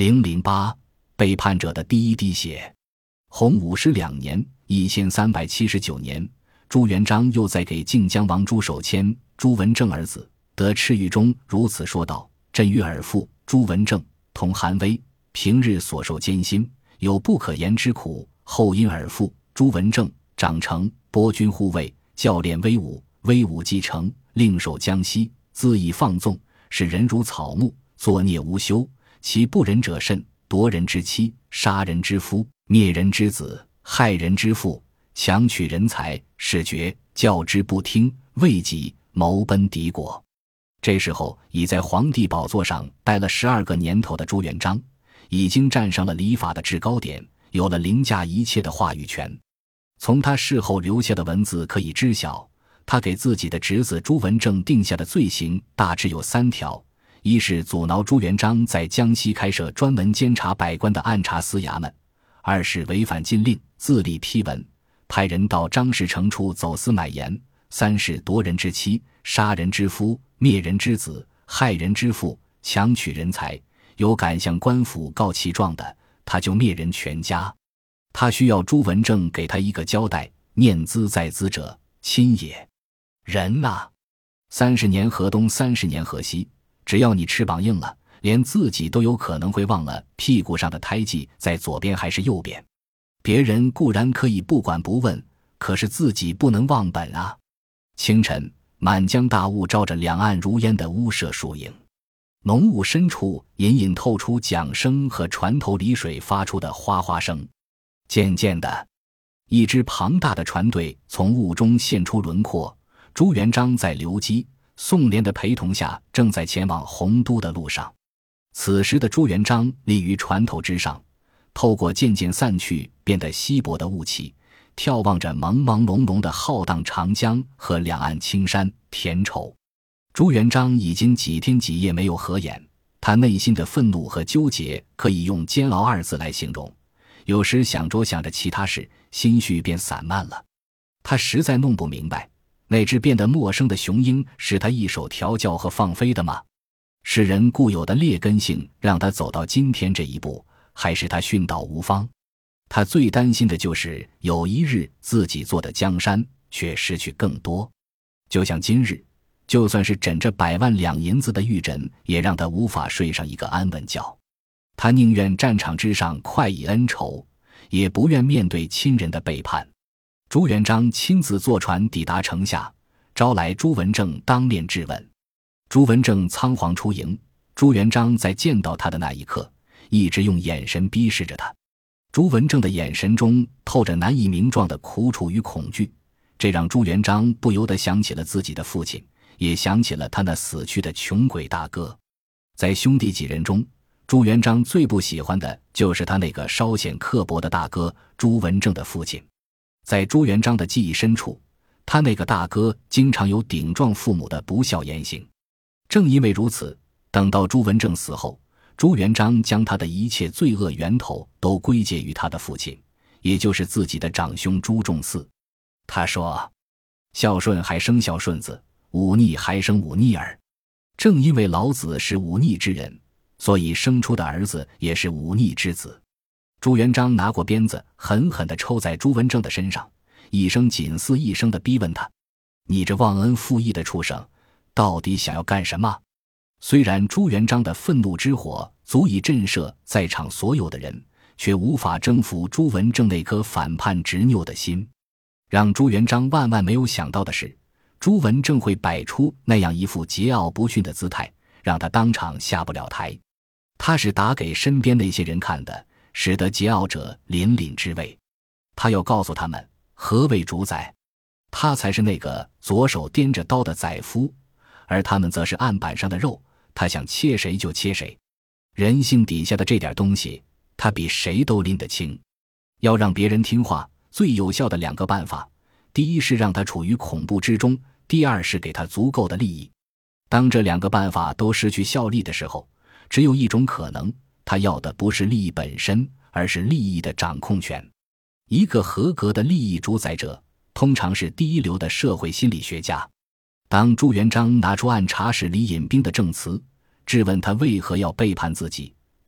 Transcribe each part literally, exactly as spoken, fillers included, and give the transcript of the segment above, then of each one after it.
零零八背叛者的第一滴血。洪武十两年一千三百七十九年，朱元璋又在给靖江王朱守谦、朱文正儿子得敕谕中如此说道：朕与尔父朱文正同寒微，平日所受艰辛，有不可言之苦，后因尔父朱文正长成，拨军护卫，教练威武，威武继承，令守江西，恣意放纵，使人如草木，作孽无休。其不仁者甚，夺人之妻，杀人之夫，灭人之子，害人之父，强取人才，使绝，教之不听，为己谋奔敌国。这时候已在皇帝宝座上待了十二个年头的朱元璋，已经站上了礼法的制高点，有了凌驾一切的话语权。从他事后留下的文字可以知晓，他给自己的侄子朱文正定下的罪行大致有三条：一是阻挠朱元璋在江西开设专门监察百官的按察司衙门；二是违反禁令，自立批文，派人到张士诚处走私买盐；三是夺人之妻，杀人之夫，灭人之子，害人之父，强取人才。有敢向官府告其状的，他就灭人全家。他需要朱文正给他一个交代，念兹在兹者，亲也。人啊，三十年河东，三十年河西，只要你翅膀硬了，连自己都有可能会忘了屁股上的胎记在左边还是右边。别人固然可以不管不问，可是自己不能忘本啊。清晨，满江大雾照着两岸如烟的屋舍树影，浓雾深处隐隐透出桨声和船头离水发出的哗哗声。渐渐的，一支庞大的船队从雾中现出轮廓，朱元璋在刘基、宋濂的陪同下正在前往洪都的路上。此时的朱元璋立于船头之上，透过渐渐散去变得稀薄的雾气，眺望着朦朦胧胧的浩荡长江和两岸青山田畴。朱元璋已经几天几夜没有合眼，他内心的愤怒和纠结可以用煎熬二字来形容。有时想着想着其他事，心绪便散漫了。他实在弄不明白，那只变得陌生的雄鹰是他一手调教和放飞的吗？是人固有的劣根性让他走到今天这一步，还是他训导无方？他最担心的就是有一日自己做的江山却失去更多。就像今日，就算是枕着百万两银子的玉枕，也让他无法睡上一个安稳觉。他宁愿战场之上快意恩仇，也不愿面对亲人的背叛。朱元璋亲自坐船抵达城下，招来朱文正当面质问。朱文正仓皇出营，朱元璋在见到他的那一刻，一直用眼神逼视着他。朱文正的眼神中透着难以名状的苦楚与恐惧，这让朱元璋不由得想起了自己的父亲，也想起了他那死去的穷鬼大哥。在兄弟几人中，朱元璋最不喜欢的就是他那个稍显刻薄的大哥朱文正的父亲。在朱元璋的记忆深处，他那个大哥经常有顶撞父母的不孝言行。正因为如此，等到朱文正死后，朱元璋将他的一切罪恶源头都归结于他的父亲，也就是自己的长兄朱重嗣。他说：孝顺还生孝顺子，忤逆还生忤逆儿。正因为老子是忤逆之人，所以生出的儿子也是忤逆之子。朱元璋拿过鞭子狠狠地抽在朱文正的身上，一声紧似一声地逼问他：你这忘恩负义的畜生，到底想要干什么？虽然朱元璋的愤怒之火足以震慑在场所有的人，却无法征服朱文正那颗反叛执拗的心。让朱元璋万万没有想到的是，朱文正会摆出那样一副桀骜不驯的姿态，让他当场下不了台。他是打给身边那些人看的，使得桀骜者凛凛之畏。他要告诉他们何谓主宰，他才是那个左手掂着刀的宰夫，而他们则是案板上的肉，他想切谁就切谁。人性底下的这点东西，他比谁都拎得清。要让别人听话，最有效的两个办法，第一是让他处于恐怖之中，第二是给他足够的利益。当这两个办法都失去效力的时候，只有一种可能，他要的不是利益本身，而是利益的掌控权。一个合格的利益主宰者，通常是第一流的社会心理学家。当朱元璋拿出按察使李隐兵的证词，质问他为何要背叛自己，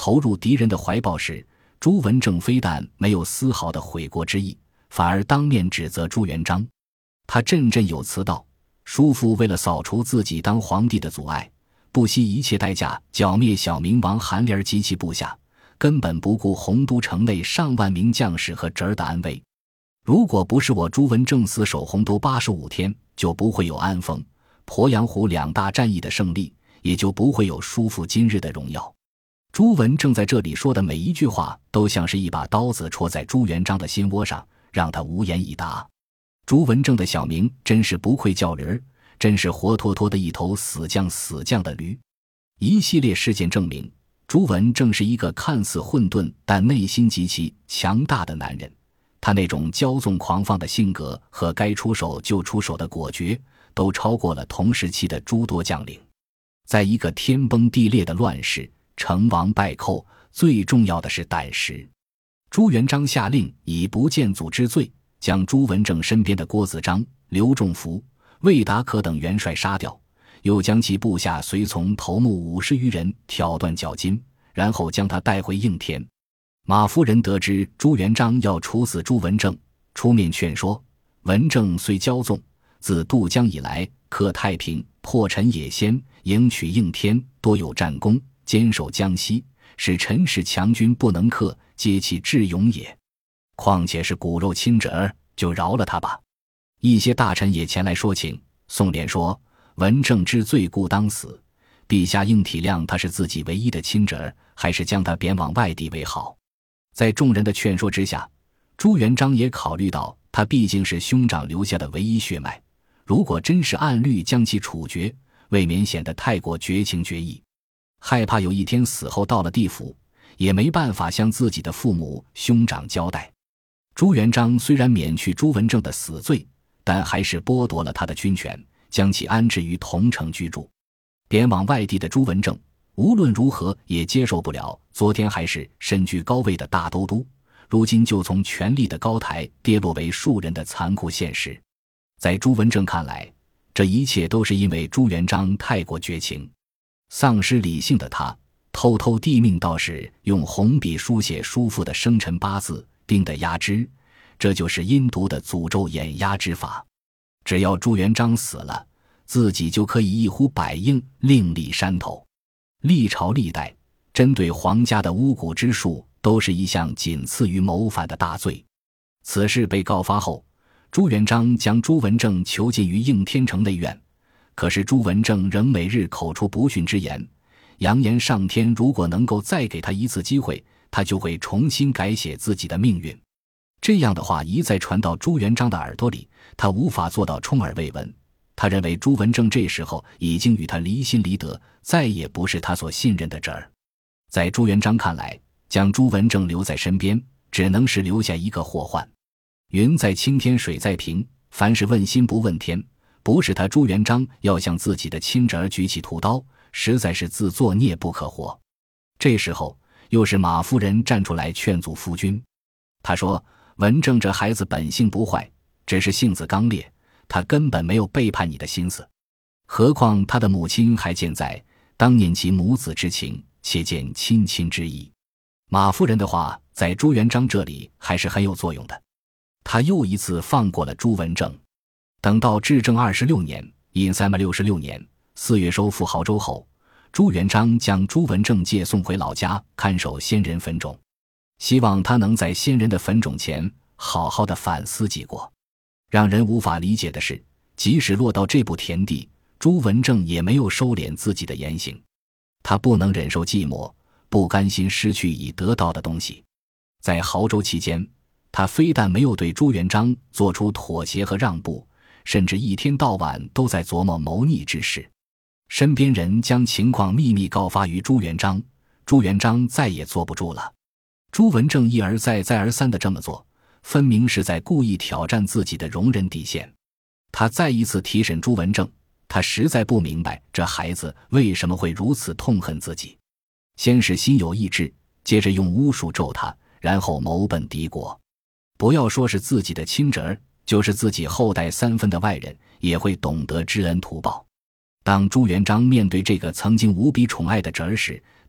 投入敌人的怀抱时，朱文正非但没有丝毫的悔过之意，反而当面指责朱元璋。他振振有词道：叔父为了扫除自己当皇帝的阻碍，不惜一切代价剿灭小明王韩林儿及其部下，根本不顾洪都城内上万名将士和侄儿的安危。如果不是我朱文正死守洪都八十五天，就不会有安丰、鄱阳湖两大战役的胜利，也就不会有叔父今日的荣耀。朱文正在这里说的每一句话，都像是一把刀子戳在朱元璋的心窝上，让他无言以答。朱文正的小名真是不愧叫驴儿，真是活脱脱的一头死犟死犟的驴。一系列事件证明，朱文正是一个看似混沌但内心极其强大的男人。他那种骄纵狂放的性格和该出手就出手的果决，都超过了同时期的诸多将领。在一个天崩地裂的乱世，成王败寇，最重要的是胆识。朱元璋下令以不见祖之罪，将朱文正身边的郭子章、刘仲福、魏达可等元帅杀掉，又将其部下随从头目五十余人挑断脚筋，然后将他带回应天。马夫人得知朱元璋要处死朱文正，出面劝说。文正虽骄纵，自渡江以来，克太平，破陈野先，迎取应天，多有战功，坚守江西，使陈氏强军不能克，皆其智勇也。况且是骨肉亲侄儿，就饶了他吧。一些大臣也前来说情。宋濂说：文正之罪故当死，陛下应体谅他是自己唯一的亲侄儿，还是将他贬往外地为好。在众人的劝说之下，朱元璋也考虑到他毕竟是兄长留下的唯一血脉，如果真是按律将其处决，未免显得太过绝情绝义。害怕有一天死后到了地府，也没办法向自己的父母兄长交代。朱元璋虽然免去朱文正的死罪，但还是剥夺了他的军权，将其安置于桐城居住。贬往外地的朱文正无论如何也接受不了昨天还是身居高位的大都督，如今就从权力的高台跌落为庶人的残酷现实。在朱文正看来，这一切都是因为朱元璋太过绝情。丧失理性的他偷偷地命道士用红笔书写叔父的生辰八字，定的压之，这就是阴毒的诅咒掩压之法。只要朱元璋死了，自己就可以一呼百应，另立山头。历朝历代针对皇家的巫蛊之术都是一项仅次于谋反的大罪。此事被告发后，朱元璋将朱文正囚禁于应天城内院，可是朱文正仍每日口出不逊之言，扬言上天如果能够再给他一次机会，他就会重新改写自己的命运。这样的话一再传到朱元璋的耳朵里，他无法做到充耳未闻。他认为朱文正这时候已经与他离心离德，再也不是他所信任的侄儿。在朱元璋看来，将朱文正留在身边，只能是留下一个祸患。云在青天水在平，凡是问心不问天，不是他朱元璋要向自己的亲侄儿举起屠刀，实在是自作孽不可活。这时候又是马夫人站出来劝阻夫君。他说文正这孩子本性不坏，只是性子刚烈，他根本没有背叛你的心思，何况他的母亲还健在，当念其母子之情，切见亲亲之意。马夫人的话在朱元璋这里还是很有作用的，他又一次放过了朱文正。等到至正二十六年因三百六十六年四月收复亳州后，朱元璋将朱文正借送回老家看守先人坟冢，希望他能在先人的坟冢前好好的反思己过。让人无法理解的是，即使落到这步田地，朱文正也没有收敛自己的言行。他不能忍受寂寞，不甘心失去已得到的东西。在亳州期间，他非但没有对朱元璋做出妥协和让步，甚至一天到晚都在琢磨谋逆之事。身边人将情况秘密告发于朱元璋，朱元璋再也坐不住了。朱文正一而再再而三地这么做，分明是在故意挑战自己的容忍底线。他再一次提审朱文正，他实在不明白这孩子为什么会如此痛恨自己。先是心有意志，接着用巫术咒他，然后谋奔敌国。不要说是自己的亲侄儿，就是自己后代三分的外人，也会懂得知恩图报。当朱元璋面对这个曾经无比宠爱的侄儿时，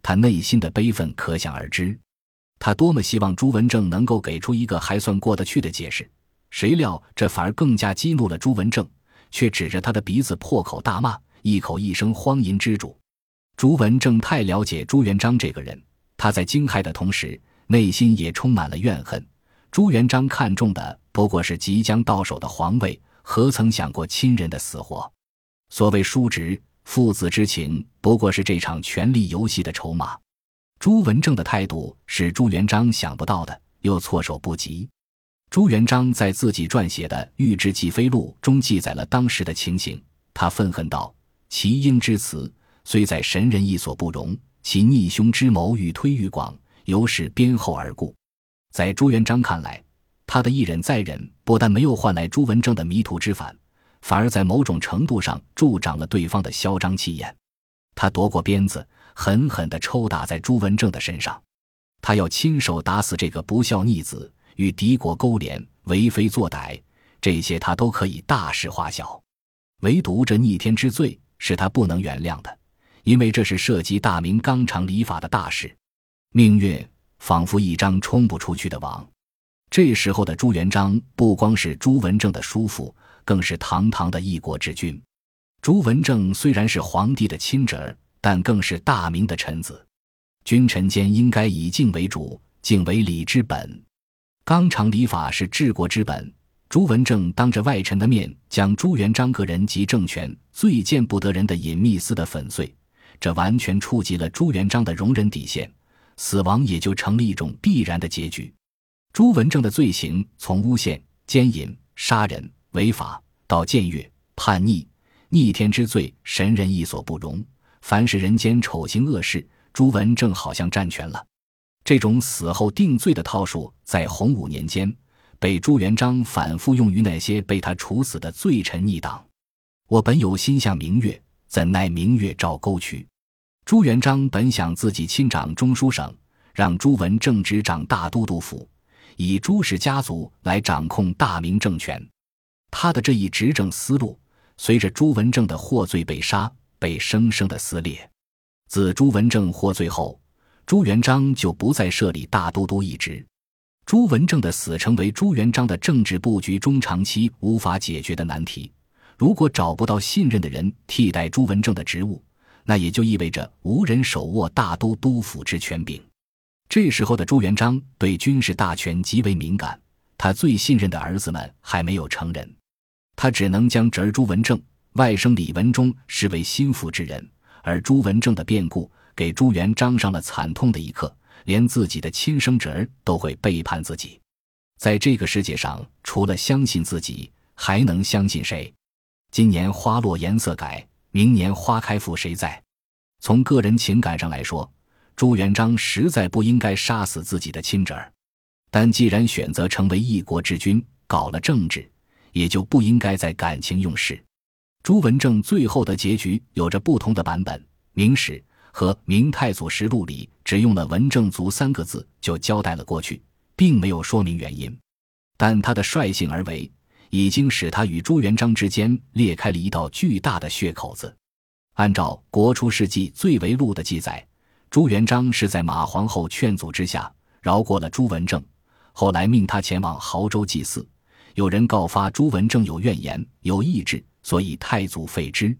他内心的悲愤可想而知。他多么希望朱文正能够给出一个还算过得去的解释，谁料这反而更加激怒了朱文正，却指着他的鼻子破口大骂，一口一声荒淫之主。朱文正太了解朱元璋这个人，他在惊骇的同时，内心也充满了怨恨。朱元璋看重的不过是即将到手的皇位，何曾想过亲人的死活？所谓叔侄父子之情，不过是这场权力游戏的筹码。朱文正的态度是朱元璋想不到的，又措手不及。朱元璋在自己撰写的《御制纪飞录》中记载了当时的情形，他愤恨道：其婴之辞，虽在神人亦所不容，其逆兄之谋愈推愈广，由是鞭后而故。在朱元璋看来，他的一忍再忍不但没有换来朱文正的迷途知返，反而在某种程度上助长了对方的嚣张气焰。他夺过鞭子，狠狠地抽打在朱文正的身上。他要亲手打死这个不孝逆子，与敌国勾连，为非作歹，这些他都可以大事化小，唯独这逆天之罪是他不能原谅的，因为这是涉及大明纲常礼法的大事。命运仿佛一张冲不出去的网。这时候的朱元璋不光是朱文正的叔父，更是堂堂的一国之君。朱文正虽然是皇帝的亲侄儿，但更是大明的臣子。君臣间应该以敬为主，敬为礼之本。纲常礼法是治国之本。朱文正当着外臣的面将朱元璋个人及政权最见不得人的隐秘撕得粉碎，这完全触及了朱元璋的容忍底线，死亡也就成了一种必然的结局。朱文正的罪行从诬陷、奸淫、杀人、违法到僭越、叛逆、逆天之罪，神人亦所不容。凡是人间丑行恶事，朱文正好像占全了。这种死后定罪的套数在洪武年间被朱元璋反复用于那些被他处死的罪臣逆党。我本有心向明月，怎奈明月照沟渠。朱元璋本想自己亲掌中书省，让朱文正执掌大都督府，以朱氏家族来掌控大明政权。他的这一执政思路随着朱文正的获罪被杀被生生的撕裂。自朱文正获罪后，朱元璋就不再设立大都督一职。朱文正的死成为朱元璋的政治布局中长期无法解决的难题。如果找不到信任的人替代朱文正的职务，那也就意味着无人手握大都督府之权柄。这时候的朱元璋对军事大权极为敏感，他最信任的儿子们还没有成人，他只能将侄儿朱文正、外甥李文忠视为心腹之人，而朱文正的变故给朱元璋上了惨痛的一课，连自己的亲生侄儿都会背叛自己。在这个世界上，除了相信自己，还能相信谁？今年花落颜色改，明年花开复谁在？从个人情感上来说，朱元璋实在不应该杀死自己的亲侄儿，但既然选择成为一国之君，搞了政治，也就不应该在感情用事。朱文正最后的结局有着不同的版本，《明史》和《明太祖实录》里只用了文正卒三个字就交代了过去，并没有说明原因。但他的率性而为，已经使他与朱元璋之间裂开了一道巨大的血口子。按照《国初世纪罪为录》的记载，朱元璋是在马皇后劝阻之下饶过了朱文正，后来命他前往亳州祭祀。有人告发朱文正有怨言有意志，所以太祖废之。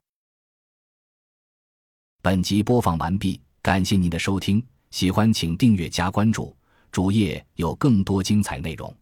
本集播放完毕，感谢您的收听，喜欢请订阅加关注，主页有更多精彩内容。